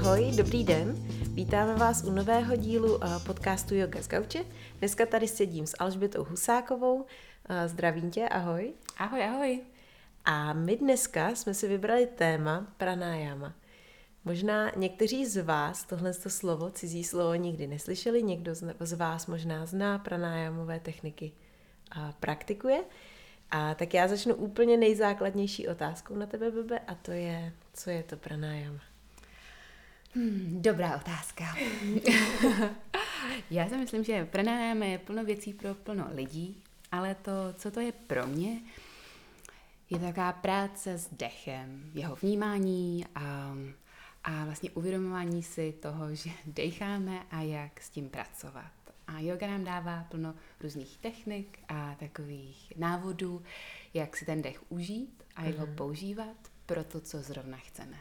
Ahoj, dobrý den. Vítáme vás u nového dílu podcastu Yoga z gauče. Dneska tady sedím s Alžbětou Husákovou. Zdravím tě, ahoj. Ahoj, ahoj. A my dneska jsme si vybrali téma pranayama. Možná někteří z vás tohle slovo, cizí slovo, nikdy neslyšeli, někdo z vás možná zná pranayamové techniky a praktikuje. A tak já začnu úplně nejzákladnější otázkou na tebe, Bebe, a to je, co je to pranayama? Dobrá otázka. Já si myslím, že pranayama je plno věcí pro plno lidí, ale to, co to je pro mě, je taková práce s dechem, jeho vnímání a vlastně uvědomování si toho, že decháme a jak s tím pracovat. A yoga nám dává plno různých technik a takových návodů, jak si ten dech užít a jak ho používat pro to, co zrovna chceme.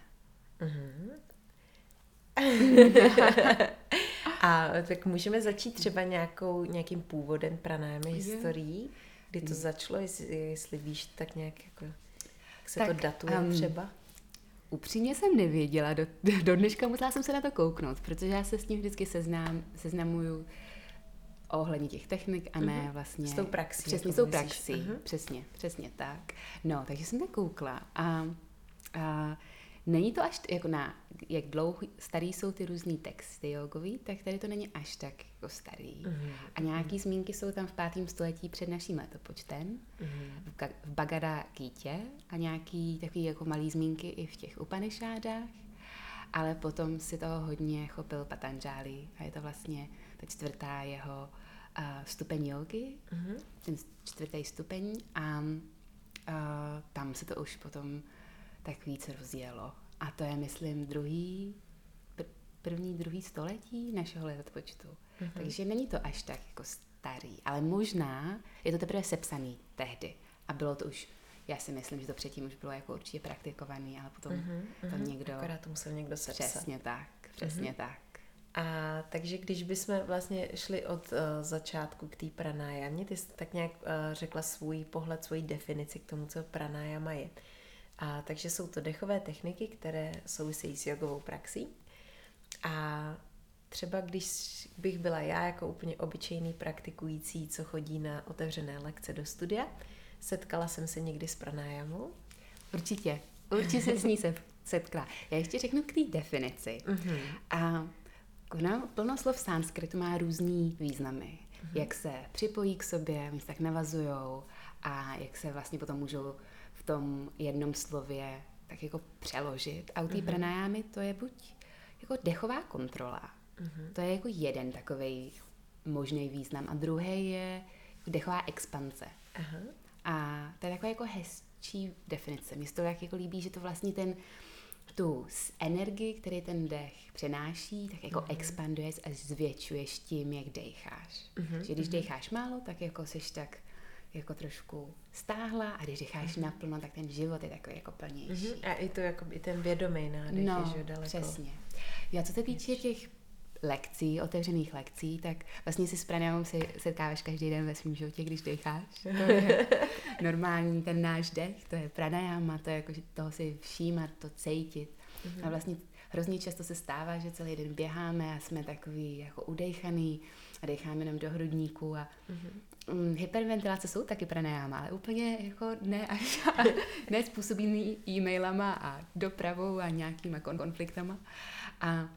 A tak můžeme začít třeba nějakým původem pranayamy, historií, kdy to začalo, jestli víš tak nějak, jako, jak se to datuje třeba? Upřímně jsem nevěděla, do dneška musela jsem se na to kouknout, protože já se s tím vždycky seznamuju ohledně těch technik a ne vlastně... S tou praxí. Přesně, s tou praxí, přesně tak. No, takže jsem tak koukla a není to až, jako jak dlouho starý jsou ty různý texty jogový, tak tady to není až tak jako starý. A nějaký zmínky jsou tam v 5. století před naším letopočtem, v Bhagavad Gítě a nějaký takový jako malý zmínky i v těch Upanishádách, ale potom si toho hodně chopil Patanjali a je to vlastně ta 4. jeho stupeň jógy, ten 4. stupeň a tam se to už potom tak víc rozjelo. A to je, myslím, druhý století našeho letopočtu. Takže není to až tak jako starý, ale možná je to teprve sepsaný tehdy. A bylo to už, já si myslím, že to předtím už bylo jako určitě praktikovaný, ale potom to někdo... Akorát to musel někdo sepsat. Přesně tak. A takže když bychom vlastně šli od začátku k té pranayamě, ty jsi tak nějak řekla svůj pohled, svoji definici k tomu, co pranayama je. A takže jsou to dechové techniky, které souvisejí s jogovou praxí. A třeba když bych byla já jako úplně obyčejný praktikující, co chodí na otevřené lekce do studia, setkala jsem se někdy s pranayamou? Určitě se s ní setkala. Já ještě řeknu k té definici. A plno slov v sanskritu má různý významy. Jak se připojí k sobě, oni se tak navazujou a jak se vlastně potom můžou v tom jednom slově tak jako přeložit. A u té pranajámy to je buď jako dechová kontrola. To je jako jeden takovej možný význam. A druhý je jako dechová expanze. A to je taková jako hezčí definice. Mně se to tak jako líbí, že to vlastně tu energii, který ten dech přenáší, tak jako expanduješ a zvětšuješ tím, jak decháš. Že když decháš málo, tak jako seš tak jako trošku stáhla a když decháš naplno, tak ten život je takový jako plnější. A i to jako i ten vědomý nádech je, že daleko. Přesně. Já co se týče těch lekcí, otevřených lekcí, tak vlastně si s pranayamou setkáváš každý den ve svém životě, když decháš. To je normální ten náš dech, to je pranayama, to je jako, že toho si všímat, to cítit. A vlastně hrozně často se stává, že celý den běháme a jsme takový jako udechaný a decháme jenom do hrudníku a hyperventilace jsou taky pranayama, ale úplně jako ne způsobený e-mailama a dopravou a nějakýma konfliktama. A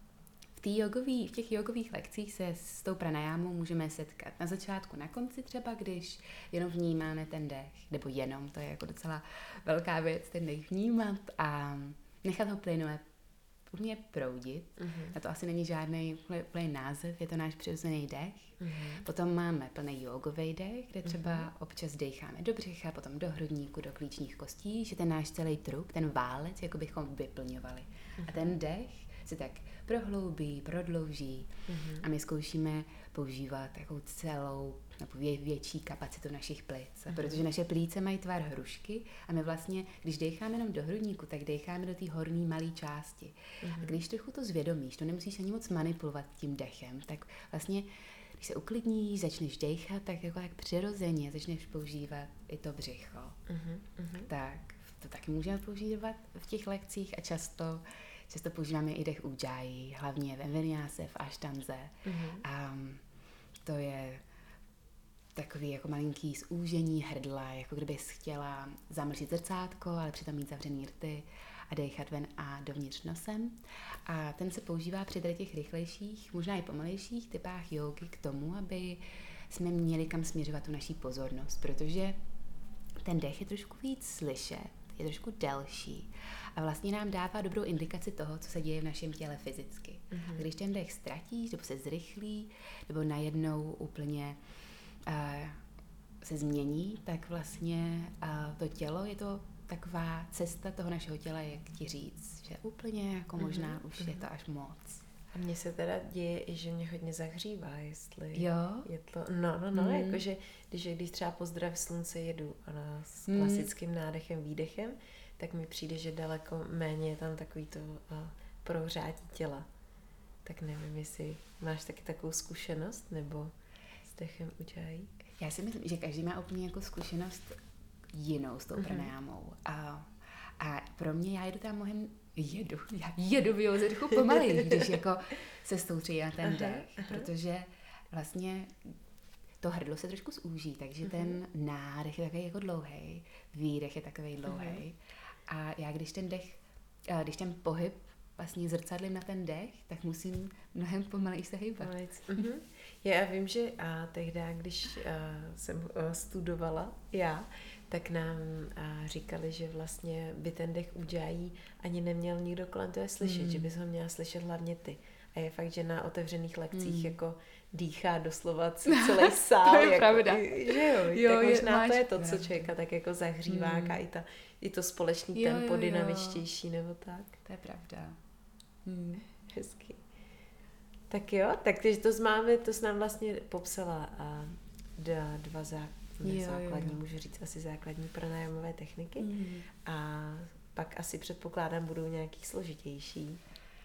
v těch jogových lekcích se s tou pranajámou můžeme setkat na začátku, na konci třeba, když jenom vnímáme ten dech, nebo jenom, to je jako docela velká věc, ten dech vnímat a nechat ho plynule proudit. A to asi není žádný plný název, je to náš přirozený dech. Potom máme plný jogový dech, kde třeba občas decháme do břicha, potom do hrudníku, do klíčních kostí, že ten náš celý trup, ten válec, jako bychom vyplňovali. A ten dech se tak prohloubí, prodlouží a my zkoušíme používat takovou celou nebo větší kapacitu našich plic. Protože naše plíce mají tvar hrušky a my vlastně, když decháme jenom do hrudníku, tak decháme do té horní malé části. A když trochu to zvědomíš, to nemusíš ani moc manipulovat tím dechem, tak vlastně, když se uklidníš, začneš dechat, tak jako jak přirozeně začneš používat i to břicho. Tak to taky můžeme používat v těch lekcích a často často používáme i dech Ujjayi, hlavně ve Vinyase, v Ashtanze. A to je takový jako malinký zúžení hrdla, jako kdybys chtěla zamlžit zrcátko, ale přitom mít zavřený rty a dechat ven a dovnitř nosem. A ten se používá při těch rychlejších, možná i pomalejších typách jógy k tomu, aby jsme měli kam směřovat tu naší pozornost, protože ten dech je trošku víc slyšet, je trošku delší a vlastně nám dává dobrou indikaci toho, co se děje v našem těle fyzicky. Když ten dech ztratíš, nebo se zrychlí, nebo najednou úplně se změní, tak vlastně to tělo je to taková cesta toho našeho těla, jak ti říct, že úplně jako možná už je to až moc. A mně se teda děje i, že mě hodně zahřívá, jestli jo? je to, jakože když třeba po zdraví slunce jedu a s klasickým nádechem, výdechem, tak mi přijde, že daleko méně je tam takový to prohřátí těla. Tak nevím, jestli máš taky takovou zkušenost, nebo s dechem Ujjayi? Já si myslím, že každý má úplně jako zkušenost jinou s tou pranájámou. A pro mě, já jedu v józe trochu pomaleji, když jako se stoutří na ten dech, protože vlastně to hrdlo se trošku zúží, takže ten nádech je takový jako dlouhej, výdech je takový dlouhej. A já když ten pohyb vlastně zrcadlím na ten dech, tak musím mnohem pomaleji se hýbat. Já vím, že tehdy, když jsem studovala tak nám říkali, že vlastně by ten dech Ujjayi ani neměl nikdo kolem toho slyšet, že bys ho měla slyšet hlavně ty. A je fakt, že na otevřených lekcích jako dýchá doslova celý sál. To je jako, pravda. Že jo, tak možná to je to, co člověka tak jako zahřívá a i to společný tempo dynamičtější nebo tak. To je pravda. Hezky. Tak jo, takže to jsi nám vlastně popsala dva základní, můžu říct asi základní pranájamové techniky a pak asi předpokládám budou nějaký složitější.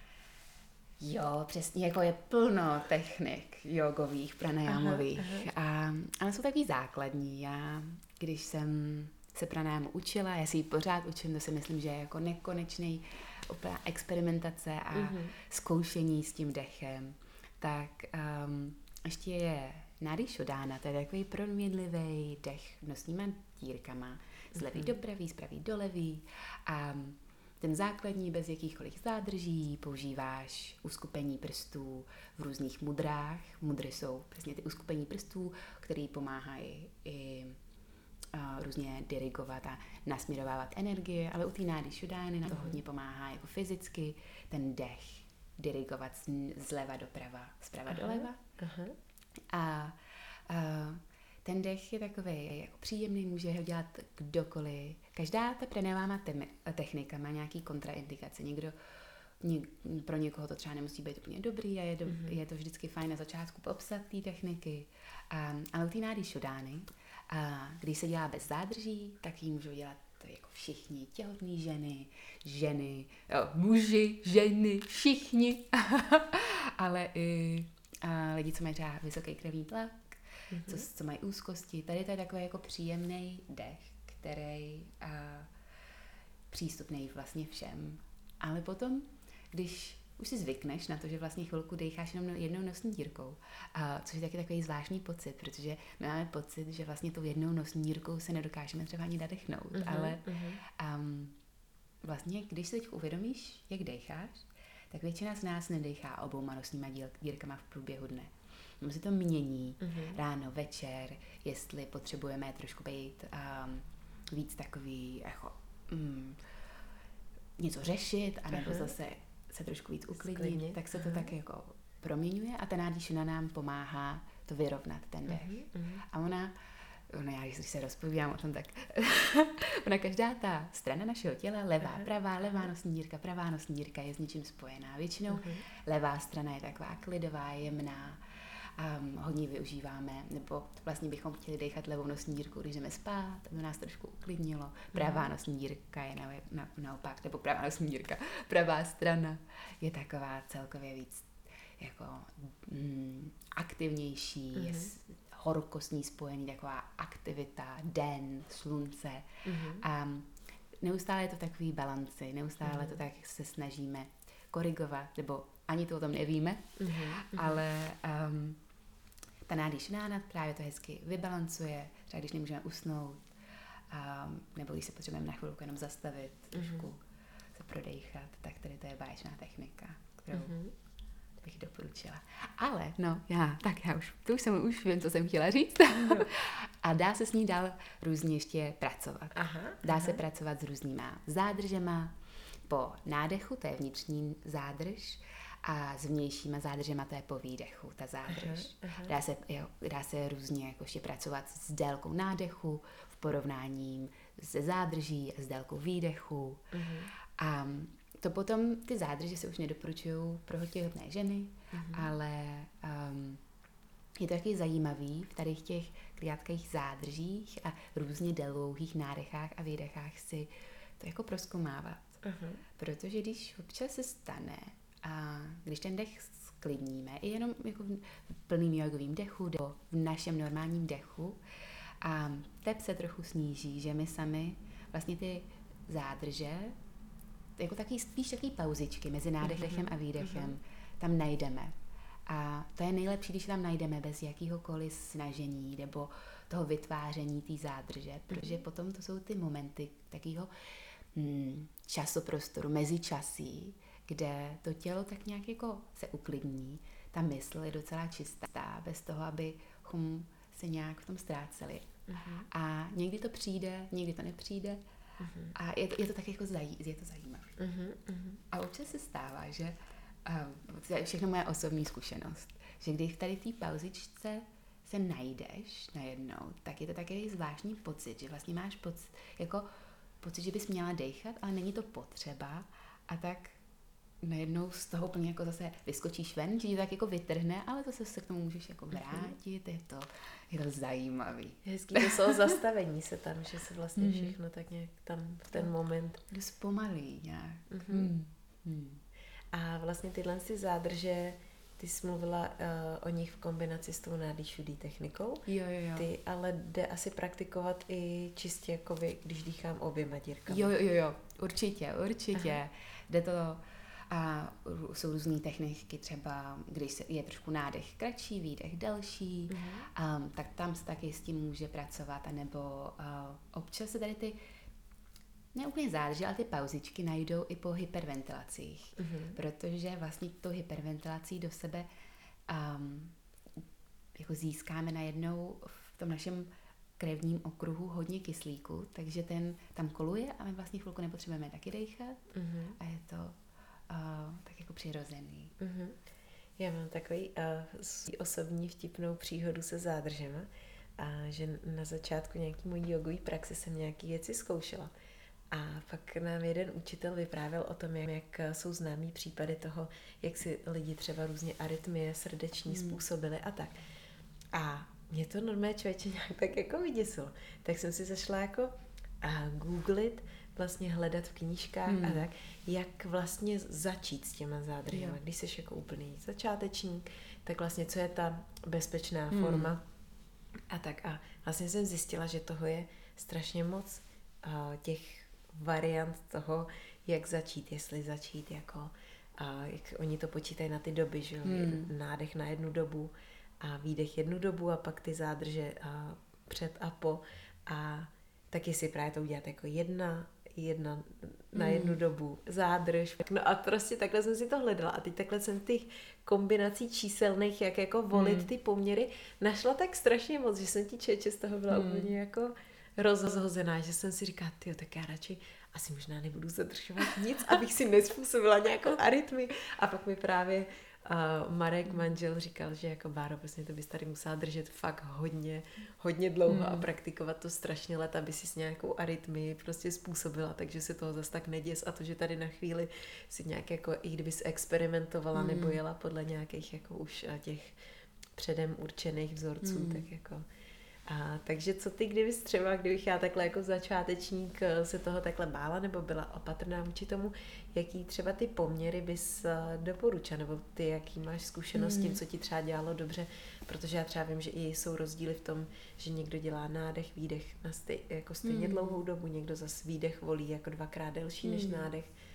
Jo, přesně, jako je plno technik jogových, pranájamových, ale jsou takový základní. Já, když jsem se pranájamu učila, já si ji pořád učím, to si myslím, že je jako nekonečný úplně experimentace a zkoušení s tím dechem, tak ještě je Nadi Shodhana, to je takový proměnlivý dech nosníma dírkama, z levý do pravý, z pravý do levý a ten základní bez jakýchkoliv zádrží, používáš uskupení prstů v různých mudrách. Mudry jsou přesně ty uskupení prstů, které pomáhají i různě dirigovat a nasměrovávat energie, ale u té Nadi Shodhány na to hodně pomáhá jako fyzicky ten dech dirigovat zleva doprava, zprava doleva. A ten dech je takový jako příjemný, může ho dělat kdokoliv. Každá ta pranájama technika má nějaký kontraindikace. Pro někoho to třeba nemusí být úplně dobrý a je to vždycky fajn na začátku popsat té techniky. Ale u té Nadi Shodhány, když se dělá bez zádrží, tak ji můžou dělat jako všichni těhotný ženy, muži, ženy, všichni, ale i lidi, co mají třeba vysoký krevní tlak, co mají úzkosti. Tady to je takový jako příjemný dech, který přístupný vlastně všem. Ale potom, když už si zvykneš na to, že vlastně chvilku decháš jenom jednou nosní dírkou, což je taky takový zvláštní pocit, protože my máme pocit, že vlastně tou jednou nosní dírkou se nedokážeme třeba ani nadechnout, ale vlastně, když si teď uvědomíš, jak decháš, tak většina z nás nedechá obouma nosníma dírkama v průběhu dne. Ono se to mění ráno, večer, jestli potřebujeme trošku být víc takový jako něco řešit, anebo zase se trošku víc uklidnit, tak se to tak jako proměňuje a ta Nadi Shodhana nám pomáhá to vyrovnat, ten dech. A ona, já když se rozpovídám o tom, tak ona každá ta strana našeho těla, levá, pravá, levá nosní dírka, pravá nosní dírka je s něčím spojená. Většinou levá strana je taková klidová, jemná, hodně využíváme, nebo vlastně bychom chtěli dechat levou nosní dírku, když jdeme spát, aby nás trošku uklidnilo. Pravá nosní dírka je naopak, nebo pravá nosní dírka, pravá strana je taková celkově víc jako aktivnější, je horkostní spojení, taková aktivita, den, slunce. A neustále je to takový balanci, neustále to tak se snažíme korigovat, nebo ani to o tom nevíme, ale ta nádýš rána právě to hezky vybalancuje, třeba když nemůžeme usnout, nebo když se potřebujeme na chvilku jenom zastavit, trošku se prodejchat, tak tady to je báječná technika, kterou bych doporučila. Ale, už vím, co jsem chtěla říct. A dá se s ní dál různě ještě pracovat. Dá se pracovat s různýma zádržema. Po nádechu, to je vnitřní zádrž, a s vnějšíma zádržema, to je po výdechu, ta zádrž. Dá se různě jako ještě pracovat s délkou nádechu, v porovnání se zádrží a s délkou výdechu. A to potom ty zádrže se už nedoporučují pro těhotné ženy, ale je to taky zajímavý v tady těch krátkých zádržích a různě dlouhých nádechách a výdechách si to jako prozkoumávat. Protože když občas se stane, a když ten dech sklidníme, i jenom jako v plným jogovým dechu, v našem normálním dechu, a tep se trochu sníží, že my sami vlastně ty zádrže, jako spíš takový pauzičky mezi nádechem a výdechem, tam najdeme. A to je nejlepší, když tam najdeme bez jakýhokoliv snažení nebo toho vytváření té zádrže, protože potom to jsou ty momenty takového časoprostoru, mezičasí, kde to tělo tak nějak jako se uklidní, ta mysl je docela čistá, bez toho, abychom se nějak v tom ztráceli. A někdy to přijde, někdy to nepřijde, a je to tak jako je to zajímavé. A občas se stává, že to je všechno moje osobní zkušenost, že když tady v té pauzičce se najdeš najednou, tak je to takový zvláštní pocit, že vlastně máš pocit, že bys měla dechat, ale není to potřeba, a tak najednou z toho úplně jako zase vyskočíš ven, že ti to tak jako vytrhne, ale zase se k tomu můžeš jako vrátit, je to zajímavý. Hezký to zastavení se tam, že se vlastně všechno tak nějak tam v ten moment. Dost pomalý nějak. A vlastně tyhle zádrže, ty jsi mluvila o nich v kombinaci s tou nádýšudý technikou. Jo. Ty ale jde asi praktikovat i čistě jako když dýchám oběma dírkami. Jo, určitě. Jde to, a jsou různý techniky, třeba když je trošku nádech kratší, výdech delší, tak tam se taky s tím může pracovat, anebo občas se tady ty ne úplně zádrže, ale ty pauzičky najdou i po hyperventilacích, protože vlastně tou hyperventilací do sebe jako získáme najednou v tom našem krevním okruhu hodně kyslíku, takže ten tam koluje a my vlastně chvilku nepotřebujeme taky dejchat a je to tak jako přirozený. Já mám takový osobní vtipnou příhodu se zádržema, že na začátku nějaký mojí jogový praxe jsem nějaký věci zkoušela. A pak nám jeden učitel vyprávěl o tom, jak jsou známý případy toho, jak si lidi třeba různě arytmie srdeční způsobily a tak. A mě to normálně člověče nějak tak jako vyděsilo. Tak jsem si zašla jako googlit, vlastně hledat v knížkách a tak, jak vlastně začít s těma zádržema. Když jsi jako úplný začátečník, tak vlastně co je ta bezpečná forma a tak. A vlastně jsem zjistila, že toho je strašně moc těch variant toho, jak začít, jestli začít jako, jak oni to počítají na ty doby, že nádech na jednu dobu a výdech jednu dobu a pak ty zádrže před a po a taky si právě to udělat jako jedna na jednu dobu, zádrž. No a prostě takhle jsem si to hledala a teď takhle jsem těch kombinací číselných, jak jako volit ty poměry, našla tak strašně moc, že jsem ti z toho byla úplně jako rozhozená, že jsem si říkala, tyjo, tak já radši asi možná nebudu zadržovat nic, abych si nezpůsobila nějakou arytmii. A pak mi právě Marek, manžel, říkal, že jako Báro, prostě to bys tady musela držet fakt hodně dlouho a praktikovat to strašně let, aby si s nějakou arytmii prostě způsobila, takže se toho zas tak neděs a to, že tady na chvíli si nějak jako, i kdybys experimentovala nebo jela podle nějakých jako už těch předem určených vzorců, tak jako takže co ty, kdybych já takhle jako začátečník se toho takhle bála nebo byla opatrná vůči tomu, jaký třeba ty poměry bys doporučila, nebo ty, jaký máš zkušenost s tím, co ti třeba dělalo dobře, protože já třeba vím, že i jsou rozdíly v tom, že někdo dělá nádech, výdech na jako stejně dlouhou dobu, někdo zase výdech volí jako 2x delší než nádech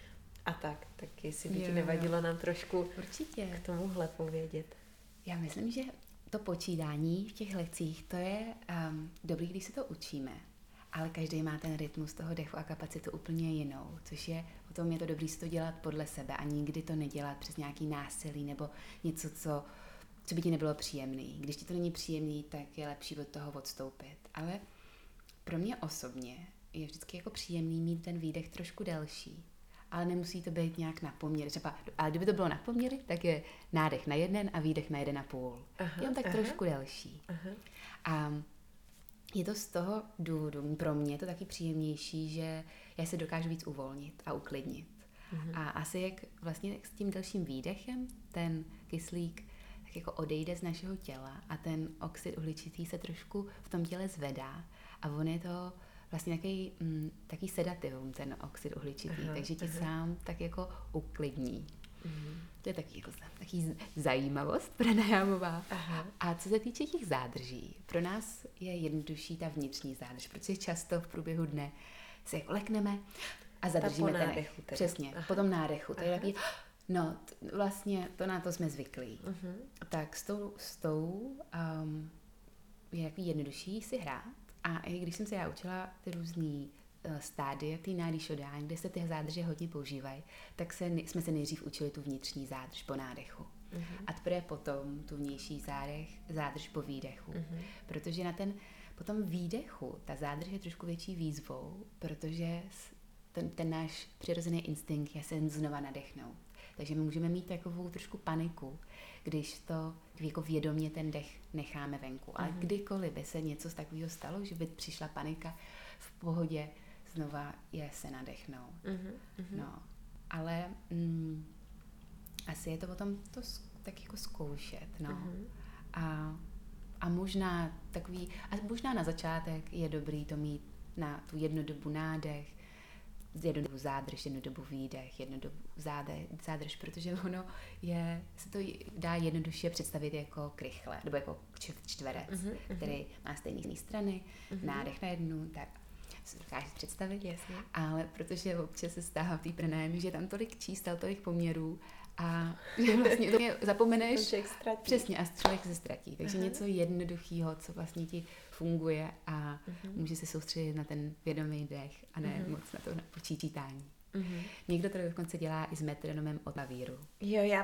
a tak jestli by ti nevadilo nám trošku určitě k tomuhle povědět. Já myslím, že to počítání v těch lekcích, to je dobrý, když se to učíme, ale každý má ten rytmus toho dechu a kapacitu úplně jinou, což je, o tom je to dobrý si to dělat podle sebe a nikdy to nedělat přes nějaký násilí nebo něco, co by ti nebylo příjemný. Když ti to není příjemný, tak je lepší od toho odstoupit. Ale pro mě osobně je vždycky jako příjemný mít ten výdech trošku delší. Ale nemusí to být nějak na poměry. Ale kdyby to bylo na poměry, tak je nádech na 1 a výdech na 1,5. Je on tak trošku delší. Aha. A je to z toho důvodu, pro mě je to taky příjemnější, že já se dokážu víc uvolnit a uklidnit. A asi jak vlastně s tím delším výdechem ten kyslík tak jako odejde z našeho těla a ten oxid uhličitý se trošku v tom těle zvedá a on je to vlastně taký sedativum, ten oxid uhličitý, takže ti sám tak jako uklidní. To je taky zajímavost pranajámová. A co se týče těch zádrží, pro nás je jednodušší ta vnitřní zádrž, protože často v průběhu dne se jako lekneme a zadržíme ten dech. Přesně, po tom nádechu. To je takový, vlastně to na to jsme zvyklí. Tak s tou je takový jednodušší si hrát. A i když jsem se já učila ty různý stádie, ty nádýšodání, kde se ty zádrže hodně používají, tak jsme se nejdřív učili tu vnitřní zádrž po nádechu. A teprve potom tu vnější zádrž po výdechu. Protože po tom výdechu ta zádrž je trošku větší výzvou, protože ten náš přirozený instinkt je se znova nadechnout. Takže my můžeme mít takovou trošku paniku, když to jako vědomě ten dech necháme venku. Ale kdykoliv by se něco z takového stalo, že by přišla panika, v pohodě znova je se nadechnout. No, ale asi je to potom to tak jako zkoušet. No. A možná na začátek je dobrý to mít na tu jednu dobu nádech, jednu dobu zádrž, jednu dobu výdech, jednu dobu zádrž, protože ono se to dá jednoduše představit jako krychle, nebo jako čtverec, který má stejné strany, nádech na jednu, tak se dokážeš představit. Jasně. Ale protože občas se stává v té pranájamě, že je tam tolik čísel, tolik poměrů a že vlastně to zapomeneš. Přesně, a člověk se ztratí. Takže něco jednoduchého, co vlastně ti funguje a může se soustředit na ten vědomý dech a ne moc na to počítání. Někdo to dokonce dělá i s metronomem od klavíru. Jo, já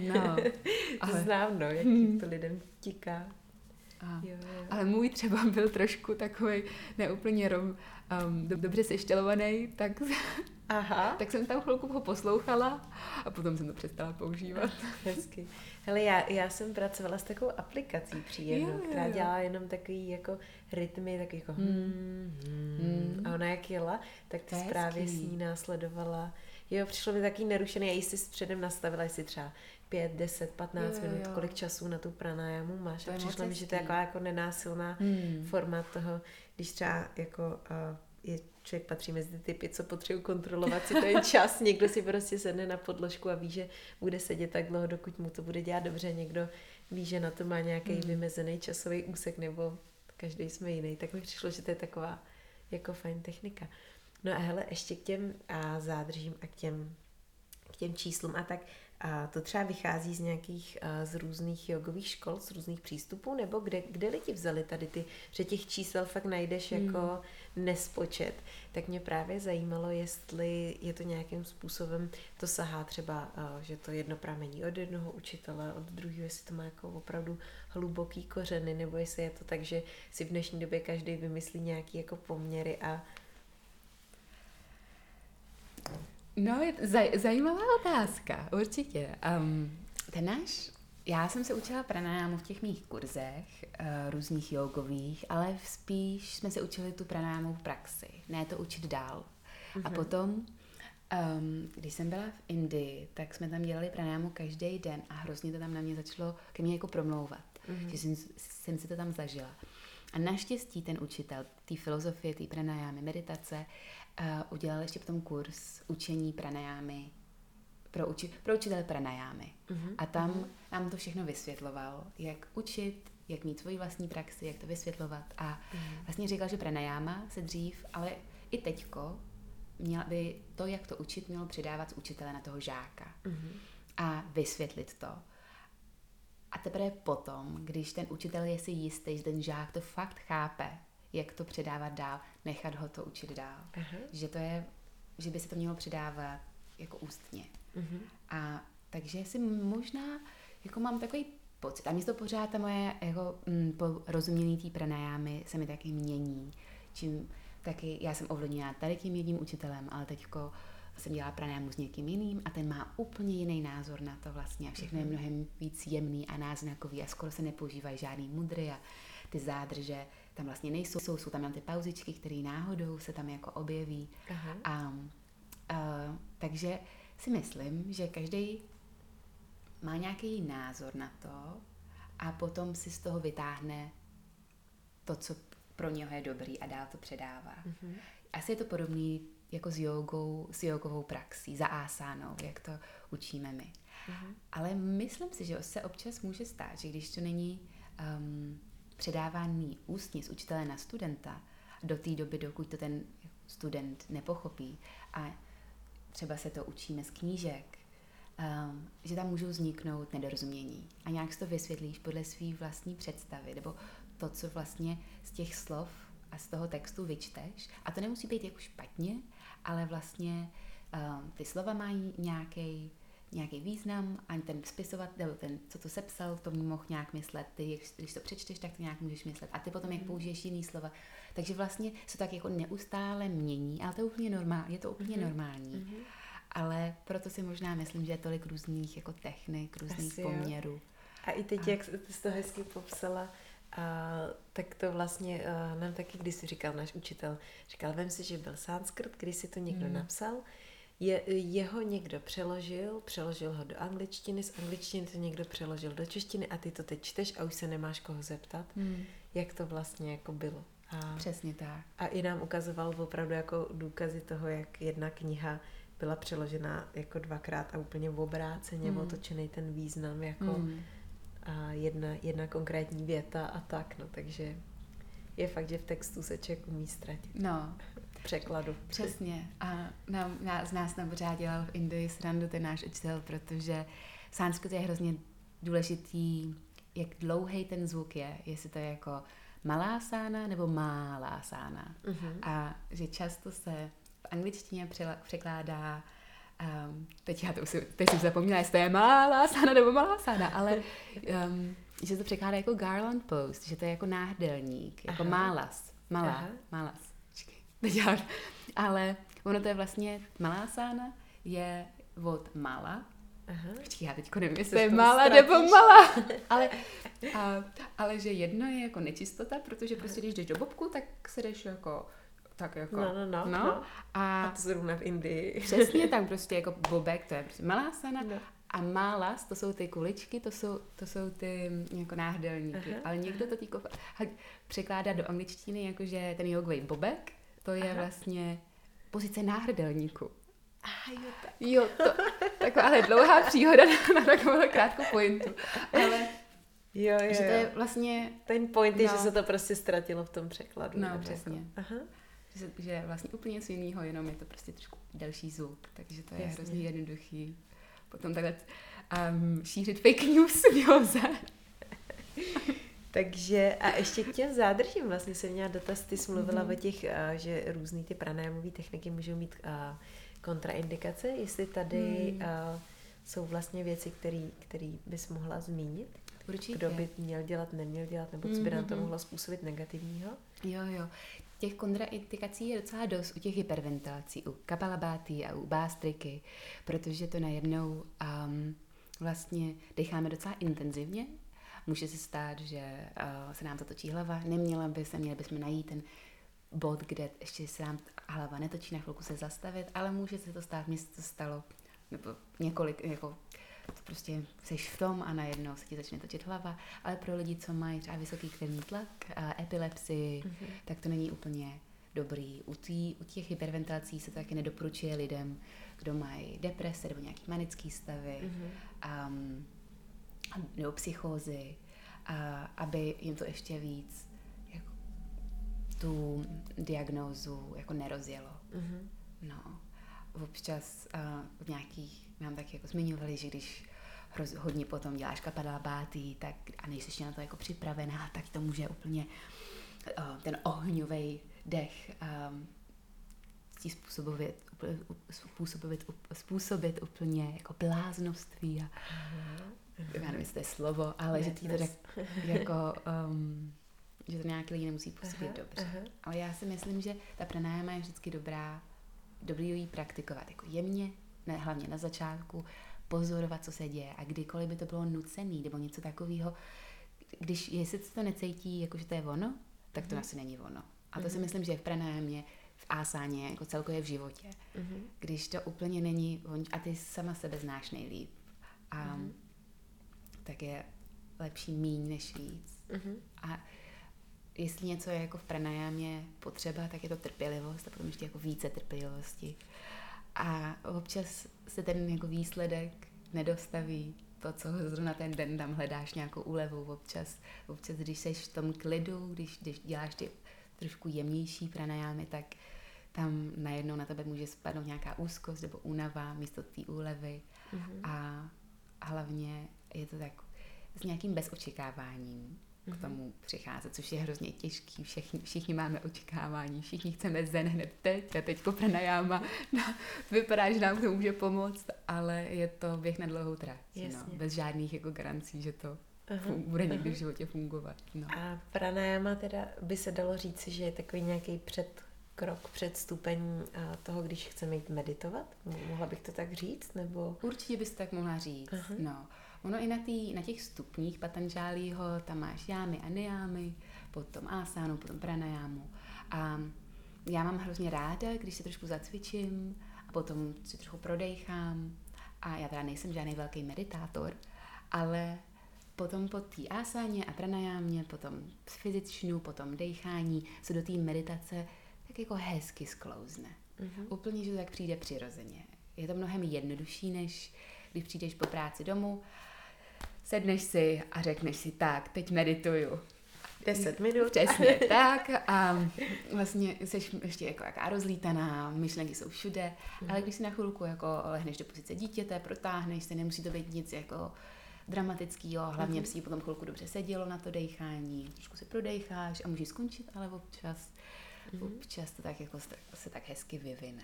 znám, jak to lidem tiká. Ale můj třeba byl trošku takovej neúplně dobře seštelovaný, tak jsem tam chvilku ho poslouchala a potom jsem to přestala používat. Hezky. Hele, já jsem pracovala s takovou aplikací příjemnou, která dělala jenom takový jako rytmy, takový jako a ona jak jela, tak ty zprávy s ní následovala. Jo, přišlo mi taky nerušený, já jsi předem nastavila, jestli třeba 5, 10, 15 minut, kolik času na tu pranájamu máš. A přišlo mi, že to je jako nenásilná forma toho, když třeba jako člověk patří mezi ty typy, co potřebují kontrolovat si ten čas. Někdo si prostě sedne na podložku a ví, že bude sedět tak dlouho, dokud mu to bude dělat dobře. Někdo ví, že na to má nějaký vymezený časový úsek, nebo každý jsme jiný. Tak mi přišlo, že to je taková jako fajn technika. No a hele, ještě k těm zádržím a k těm číslům a tak. A to třeba vychází z nějakých z různých jogových škol, z různých přístupů, nebo kde lidi vzali tady ty, že těch čísel fakt najdeš jako nespočet. Tak mě právě zajímalo, jestli je to nějakým způsobem, to sahá třeba, že to jedno pramení od jednoho učitele, od druhého, jestli to má jako opravdu hluboký kořeny, nebo jestli je to tak, že si v dnešní době každý vymyslí nějaký jako poměry a No, je zajímavá otázka, určitě. Já jsem se učila pranájámu v těch mých kurzech, různých jogových, ale spíš jsme se učili tu pranájámu v praxi, ne to učit dál. A potom, když jsem byla v Indii, tak jsme tam dělali pranájámu každý den a hrozně to tam na mě začalo ke mně jako promlouvat, že jsem si to tam zažila. A naštěstí ten učitel té filozofie, té pranájámy, meditace, udělal ještě potom kurz učení pranájámy pro učitele pranájámy. A tam nám to všechno vysvětloval, jak učit, jak mít svoji vlastní praxi, jak to vysvětlovat. A vlastně říkal, že pranájáma se dřív, ale i teďko by to, jak to učit, mělo předávat z učitele na toho žáka. A vysvětlit to. A teprve potom, když ten učitel je si jistý, že ten žák to fakt chápe, jak to předávat dál, nechat ho to učit dál. Že by se to mělo předávat jako ústně. A takže si možná, jako mám takový pocit, a mě to pořád ta moje jako, porozumění té pranajámy se mi taky mění. Čím taky, já jsem ovlivněná tady tím jedním učitelem, ale teďko jsem dělala pranájámu s někým jiným a ten má úplně jiný názor na to vlastně a všechno je mnohem víc jemný a náznakový a skoro se nepoužívají žádný mudry a ty zádrže tam vlastně nejsou, jsou tam ty pauzičky, které náhodou se tam jako objeví. Takže si myslím, že každý má nějaký názor na to a potom si z toho vytáhne to, co pro něho je dobrý a dál to předává. Asi je to podobný jako s jogovou praxí, za asánou, jak to učíme my. Ale myslím si, že se občas může stát, že když to není předávání ústně z učitele na studenta do té doby, dokud to ten student nepochopí a třeba se to učíme z knížek, že tam můžou vzniknout nedorozumění. A nějak si to vysvětlíš podle své vlastní představy, nebo to, co vlastně z těch slov a z toho textu vyčteš. A to nemusí být jako špatně, ale vlastně ty slova mají nějaký význam a ten spisovatel, ten, co to sepsal, to mohl nějak myslet. Ty, když to přečteš, tak to nějak můžeš myslet. A ty potom, jak použiješ jiný slova. Takže vlastně se tak jako neustále mění, ale to je úplně normální. Je to úplně normální. Ale proto si možná myslím, že je tolik různých jako technik, různých poměrů. A i teď, jak jsi to hezky popsala, tak to vlastně nám taky, když si říkal náš učitel, říkal, vem si, že byl sanskrt, když si to někdo napsal, jeho někdo přeložil ho do angličtiny, z angličtiny to někdo přeložil do češtiny a ty to teď čteš a už se nemáš koho zeptat, jak to vlastně jako bylo. Přesně tak. A i nám ukazoval opravdu jako důkazy toho, jak jedna kniha byla přeložena jako dvakrát a úplně obráceně otočený ten význam jako jedna konkrétní věta a tak, no, takže je fakt, že v textu se člověk umí ztratit. No. Překladu. Přesně. A z nás nám pořád dělal v Indii srandu ten náš učitel, protože sanskrt je hrozně důležitý, jak dlouhý ten zvuk je, jestli to je jako malá sána nebo málá sána. A že často se v angličtině překládá teď jsem zapomněla, jestli to je malá sána nebo malá sána, ale že to překládá jako garland post, že to je jako náhrdelník, jako málas. Málas. Ale ono to je vlastně malá sána je od mala. Počkej, já teďko nevím, jestli je malá nebo malá. Ale že jedno je jako nečistota, protože prostě když jdeš do bobku, tak se jdeš jako tak jako. No. A to zrovna v Indii. Přesně, tam prostě jako bobek, to je prostě malá sana. No. A málas, to jsou ty kuličky, to jsou ty jako náhrdelníky. Ale někdo to překládá do angličtiny, jakože ten jogový bobek, to je vlastně pozice náhrdelníku. Jo, to taková ale dlouhá příhoda na takovou krátkou pointu. Ale jo. Že to je vlastně ten point je, že se to prostě ztratilo v tom překladu. No, přesně. Že je vlastně úplně něco jiného, jenom je to prostě trošku delší zvuk, takže to je hrozně jednoduchý. Potom takhle šířit fake news v józe. Takže a ještě k těm zádržím vlastně jsem měla dotaz, ty jsi mluvila o těch, že různý ty pranájamové techniky můžou mít kontraindikace, jestli tady jsou vlastně věci, které bys mohla zmínit? Určitě. Kdo by měl dělat, neměl dělat, nebo co by nám to mohlo způsobit negativního? Jo. Těch kontraindikací je docela dost u těch hyperventilací, u kapalabhati a u bástriky, protože to najednou vlastně decháme docela intenzivně. Může se stát, že se nám to točí hlava, měli bychom najít ten bod, kde ještě se nám hlava netočí, na chvilku se zastavit, ale může se to stát, mně se to stalo, nebo několik, jako to prostě seš v tom a najednou se ti začne točit hlava, ale pro lidi, co mají třeba vysoký krevní tlak, epilepsii, tak to není úplně dobrý. U těch hyperventilací se to taky nedoporučuje lidem, kdo mají deprese nebo nějaký manický stavy, nebo psychózy, aby jim to ještě víc jako tu diagnózu jako nerozjelo. No, občas v nějakých, nám taky jako zmiňovali, že když hodně potom děláš kapalabáty, tak a nejsi na to jako připravená, tak to může úplně ten ohňový dech ti způsobit úplně jako bláznoství a já nevím, jestli to je slovo, ale že ti to tak jako že to nějaký lidi nemusí působit dobře. Ale já si myslím, že ta pranájama je vždycky dobrý ji praktikovat jako jemně, hlavně na začátku, pozorovat, co se děje a kdykoliv by to bylo nucený nebo něco takového, jestli to necítí, jako že to je ono, tak to asi není ono. A to si myslím, že v pranájamě, v asáně, jako celkově v životě. Když to úplně není ono, a ty sama sebe znáš nejlíp. A tak je lepší míň než víc. A jestli něco je jako v pranájamě potřeba, tak je to trpělivost a potom ještě jako více trpělivosti. A občas se ten jako výsledek nedostaví, to, co zrovna ten den tam hledáš nějakou úlevu. Občas když seš v tom klidu, když děláš ty trošku jemnější pranajámy, tak tam najednou na tebe může spadnout nějaká úzkost nebo únava místo té úlevy. A hlavně je to tak s nějakým bezočekáváním k tomu přicházet, což je hrozně těžký. Všichni máme očekávání, všichni chceme zen hned teď a teďko pranajáma. Vypadá, že nám to může pomoct, ale je to běh na dlouhou trať. No, bez žádných jako garancí, že to bude někdy v životě fungovat. No. A pranajama teda by se dalo říci, že je takový nějaký předstupeň toho, když chceme jít meditovat? Mohla bych to tak říct? Nebo? Určitě bys tak mohla říct. No. Ono i na těch stupních Patanžálího, tam máš jámy a nijámy, potom asánu, potom pranajámu. A já mám hrozně ráda, když si trošku zacvičím a potom si trochu prodejchám. A já teda nejsem žádný velký meditátor, ale potom po té asáně a pranajámě, potom fyzičnu, potom dejchání se do té meditace tak jako hezky sklouzne. Úplně, že to tak přijde přirozeně. Je to mnohem jednodušší, než když přijdeš po práci domů, sedneš si a řekneš si tak, teď medituju. 10 minut. Přesně tak a vlastně jsi ještě jako jaká rozlítaná, myšlenky jsou všude, ale když si na chvilku jako lehneš do pozice dítěte, protáhneš se, nemusí to být nic jako dramatického, hlavně si potom chvilku dobře sedělo na to dejchání, trošku se prodejcháš a můžeš skončit, ale občas to tak jako se tak hezky vyvine.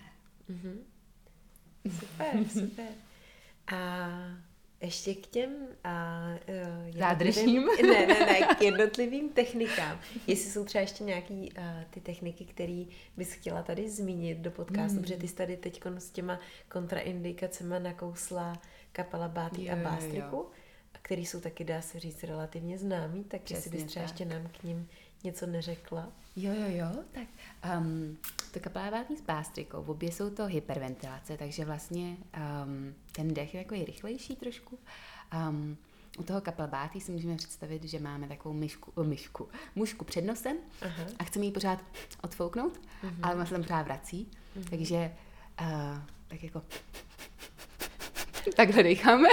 Super. A ještě k těm zádržím? K jednotlivým technikám. Jestli jsou třeba ještě nějaký ty techniky, které bys chtěla tady zmínit do podcastu, protože ty jsi tady teď s těma kontraindikacemi nakousla kapalabáty a bástriku, který jsou taky, dá se říct, relativně známý, tak přesně, jestli bys třeba ještě nám k ním něco neřekla. Jo, tak to kapalabáty s bástrikou, obě jsou to hyperventilace, takže vlastně ten dech je takový rychlejší trošku. U toho kapalabáty si můžeme představit, že máme takovou mušku před nosem a chceme ji pořád odfouknout, ale ona se tam pořád vrací, takže tak jako takhle decháme.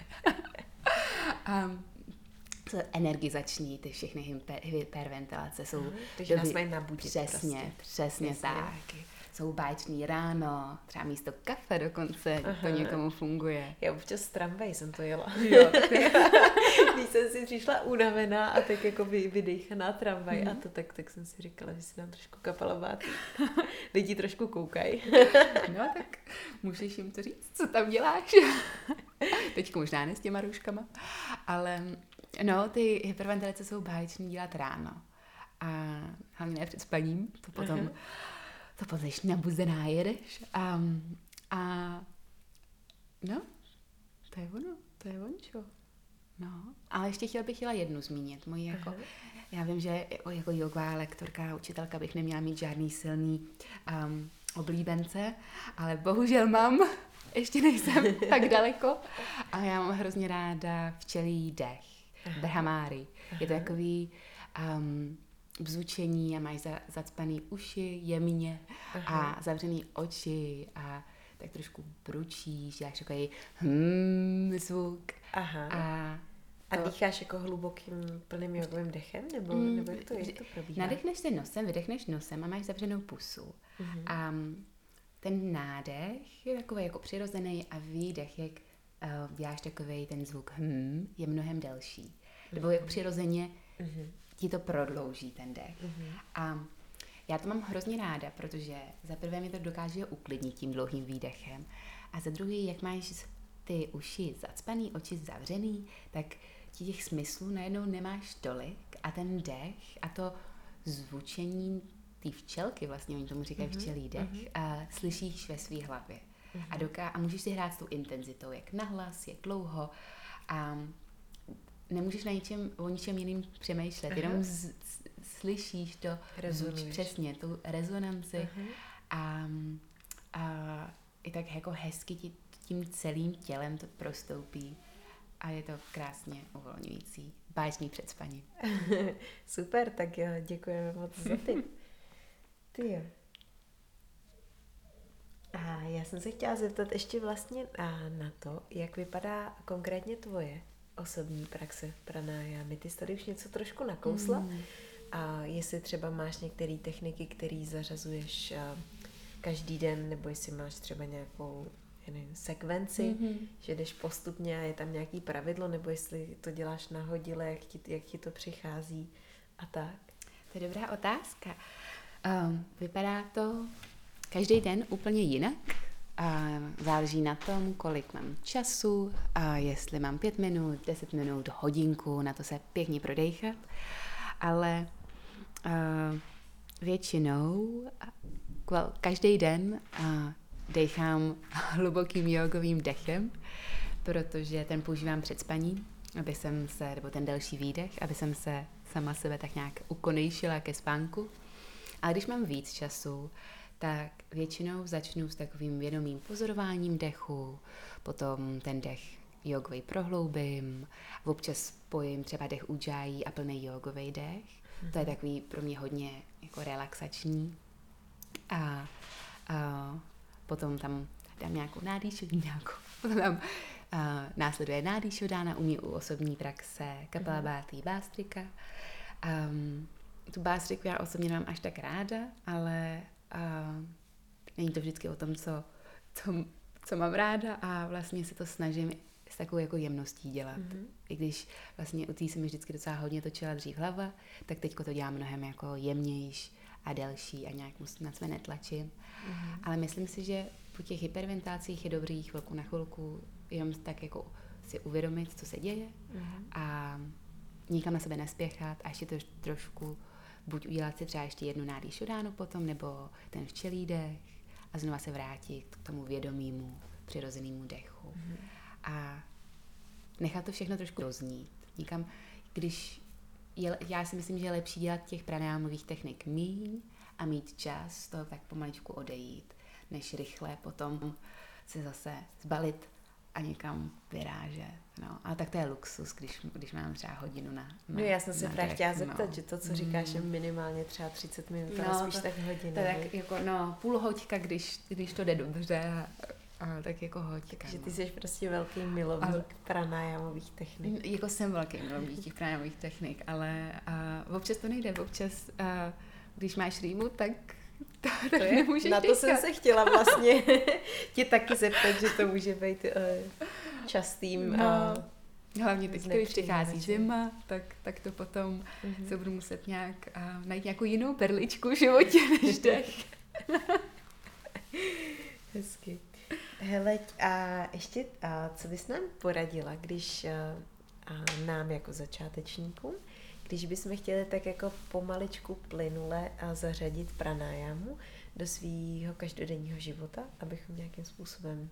Jsou energizační, ty všechny hyperventilace jsou... Takže nás mají nabudit. Přesně tak. Jsou báječný ráno, třeba místo kafe dokonce, to někomu funguje. Já občas z tramvaj jsem to jela. Jo, když jsem si přišla unavená a tak jako vydejchaná tramvaj a to tak jsem si říkala, že si dám trošku kapalabáty. Lidi trošku koukají. No tak můžeš jim to říct, co tam děláš. Teďko možná ne s těma rouškama, ale no, ty hyperventilace jsou báječný dělat ráno. A hlavně ne před spaním, to potom když nabuzená jedeš. No, to je ončo. No, ale ještě chtěla jednu zmínit. Já vím, že jako jogová lektorka, učitelka bych neměla mít žádný silný oblíbence, ale bohužel mám, ještě nejsem tak daleko. A já mám hrozně ráda včelí dech, brahmári. Je to takový bzučení a máš zacpaný uši jemně a zavřený oči a tak trošku bručíš, děláš takový zvuk. A dýcháš jako hlubokým plným jogovým dechem? Nebo jak to probíhá? Nadechneš se nosem, vydechneš nosem a máš zavřenou pusu. A ten nádech je takový jako přirozený a výdech, jak děláš takový ten zvuk je mnohem delší. Nebo jak přirozeně ti to prodlouží ten dech. A já to mám hrozně ráda, protože za prvé mi to dokáže uklidnit tím dlouhým výdechem a za druhý, jak máš ty uši zacpaný, oči zavřený, tak těch smyslů najednou nemáš tolik a ten dech a to zvučení té včelky, vlastně oni tomu říkají včelí dech, a slyšíš ve své hlavě. A můžeš si hrát s tou intenzitou, jak nahlas, jak dlouho a nemůžeš o ničem jiným přemýšlet, jenom slyšíš to přesně, tu rezonanci a i tak jako hezky ti tím celým tělem to prostoupí a je to krásně uvolňující. Báječný před spaním. Super, tak jo, děkujeme moc za tip. Ty jo. A já jsem se chtěla zeptat ještě vlastně na to, jak vypadá konkrétně tvoje osobní praxe pranájámy. Ty jsi tady už něco trošku nakousla a jestli třeba máš některé techniky, které zařazuješ každý den, nebo jestli máš třeba nějakou sekvenci, že jdeš postupně a je tam nějaký pravidlo, nebo jestli to děláš nahodile, jak ti to přichází a tak. To je dobrá otázka. Vypadá to každý den úplně jinak. Záleží na tom, kolik mám času, a jestli mám 5 minut, 10 minut, hodinku, na to se pěkně prodejchat. Ale většinou každý den dechám hlubokým jogovým dechem, protože ten používám před spaním, nebo ten delší výdech, aby jsem se sama sebe tak nějak ukonejšila ke spánku. Ale když mám víc času, tak většinou začnu s takovým vědomým pozorováním dechu, potom ten dech jogový prohloubím, občas spojím třeba dech ujjayi a plný jogový dech. To je takový pro mě hodně jako relaxační. A potom tam dám nějakou nádýšu, potom tam následuje nádýšodána, u mě u osobní praxe Kapalabhati Bhastrika. Tu bástriku já osobně nemám až tak ráda, ale není to vždycky o tom, co mám ráda a vlastně se to snažím s takovou jako jemností dělat. I když vlastně u té se mi vždycky docela hodně točila dřív hlava, tak teďko to dělám mnohem jako jemnější a delší a nějak na sebe netlačím. Ale myslím si, že po těch hyperventilácích je dobrý chvilku na chvilku jenom tak jako si uvědomit, co se děje a nikam na sebe nespěchat a ještě to trošku buď udělat si třeba ještě jednu nádýšodánu potom, nebo ten včelí dech a znova se vrátit k tomu vědomímu, přirozenému dechu. A nechat to všechno trošku doznít. Nikam, já si myslím, že je lepší dělat těch pranájámových technik míň a mít čas toho tak pomaličku odejít, než rychle potom se zase zbalit a někam vyrážet. No. Ale tak to je luxus, když mám třeba hodinu na No já jsem se právě chtěla zeptat, že to, co říkáš, je minimálně třeba 30 minut, ale spíš tak hodinu. To je tak jako, půl hoďka, když to jde dobře, a tak jako hoďka. Takže ty jsi prostě velký milovník pranájámových technik. Jako jsem velký milovník těch pranájámových technik, ale občas to nejde, občas, když máš rýmu, tak to nemůžeš na to dýchat. Jsem se chtěla vlastně ti taky zeptat, že to může být častým. Hlavně teď, když přichází zima, tak to potom se budu muset nějak najít nějakou jinou perličku v životě než dech. Hezky. Hele, a ještě, co bys nám poradila, když nám jako začátečníkům, když bychom chtěli tak jako pomaličku plynule zařadit pranájámu do svého každodenního života, abychom nějakým způsobem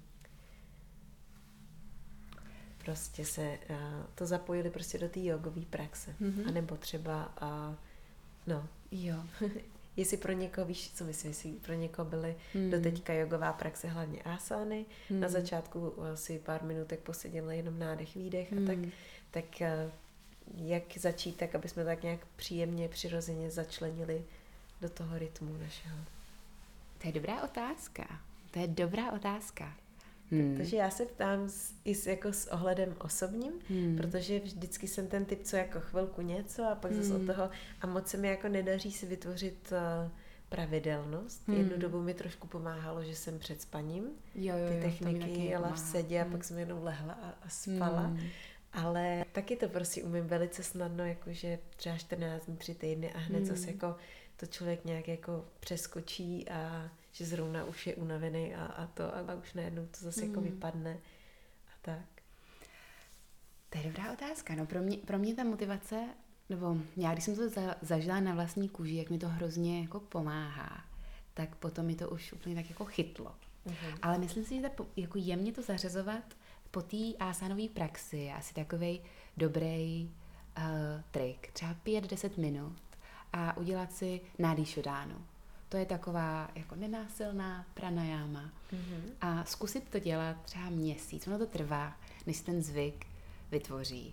prostě se to zapojili prostě do té jogové praxe. A nebo třeba, Jo. jestli pro někoho, víš, co myslím, jestli pro někoho byly doteďka jogová praxe hlavně asány, na začátku si pár minutek poseděli jenom nádech, výdech a tak jak začít tak, aby jsme tak nějak příjemně, přirozeně začlenili do toho rytmu našeho. To je dobrá otázka. Takže já se ptám jako s ohledem osobním, protože vždycky jsem ten typ, co jako chvilku něco a pak zase od toho a moc se mi jako nedaří si vytvořit pravidelnost. Jednu dobu mi trošku pomáhalo, že jsem před spaním ty techniky jela v sedě a pak jsem jenom lehla a spala. Ale taky to prostě umím velice snadno, jakože třeba 14 dní, 3 týdny a hned zase jako to člověk nějak jako přeskočí a že zrovna už je unavený a už najednou to zase jako vypadne a tak. To je dobrá otázka. No pro mě ta motivace, nebo já když jsem to zažila na vlastní kůži, jak mi to hrozně jako pomáhá, tak potom mi to už úplně tak jako chytlo. Ale myslím si, že jako jemně to zařazovat po té asanové praxi je asi takovej dobrý trik. Třeba 5-10 minut a udělat si nádýšodánu. To je taková jako nenásilná pranayama. A zkusit to dělat třeba měsíc. Ono to trvá, než si ten zvyk vytvoří.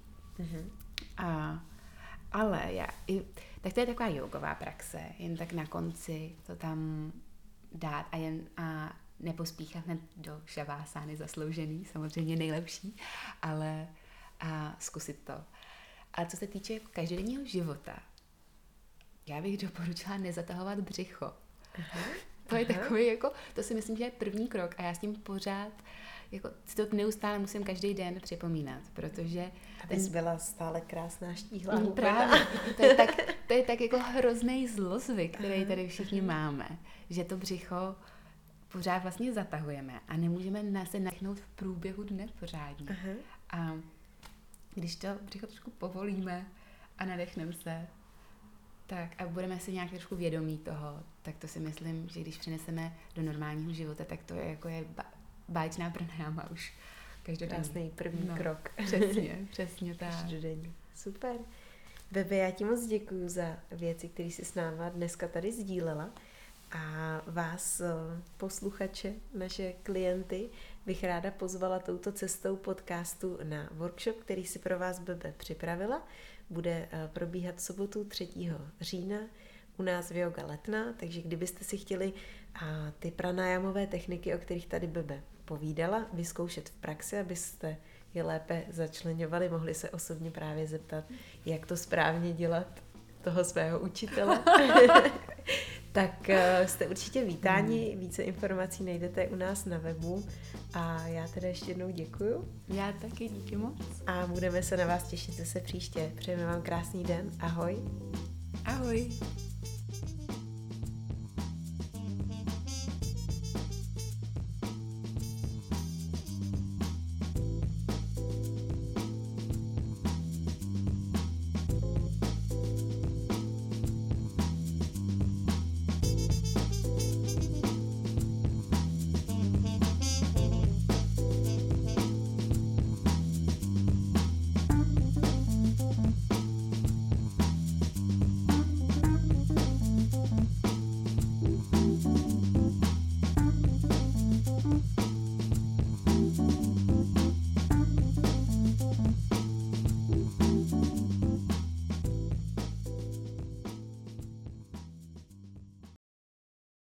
Tak to je taková jogová praxe. Jen tak na konci to tam dát a nepospíchat hned do šavásány zasloužený, samozřejmě nejlepší, ale zkusit to. A co se týče každodenního života, já bych doporučila nezatahovat břicho. To je takový, jako, to si myslím, že je první krok a já s tím pořád, jako, si to neustále musím každý den připomínat, protože... Abys byla stále krásná, štíhlá. Právě, to je tak jako hrozný zlozvyk, který tady všichni máme, že to břicho pořád vlastně zatahujeme a nemůžeme se nachnout v průběhu dne pořádně. A když to břicho trošku povolíme a nadechneme se, tak a budeme si nějak trošku vědomí toho, tak to si myslím, že když přineseme do normálního života, tak to je jako báječná pranayama už každodenní. Krásný první krok. Přesně tak. Každodenní. Super. Bebe, já ti moc děkuju za věci, které jsi s náma dneska tady sdílela. A vás, posluchače, naše klienty, bych ráda pozvala touto cestou podcastu na workshop, který si pro vás Bebe připravila. Bude probíhat v sobotu 3. října u nás v Yoga Letna, takže kdybyste si chtěli ty pranayamové techniky, o kterých tady Bebe povídala, vyzkoušet v praxi, abyste je lépe začleňovali, mohli se osobně právě zeptat, jak to správně dělat toho svého učitele, tak jste určitě vítáni. Více informací najdete u nás na webu a já teda ještě jednou děkuju. Já taky, díky moc. A budeme se na vás těšit zase příště. Přejeme vám krásný den. Ahoj. Ahoj.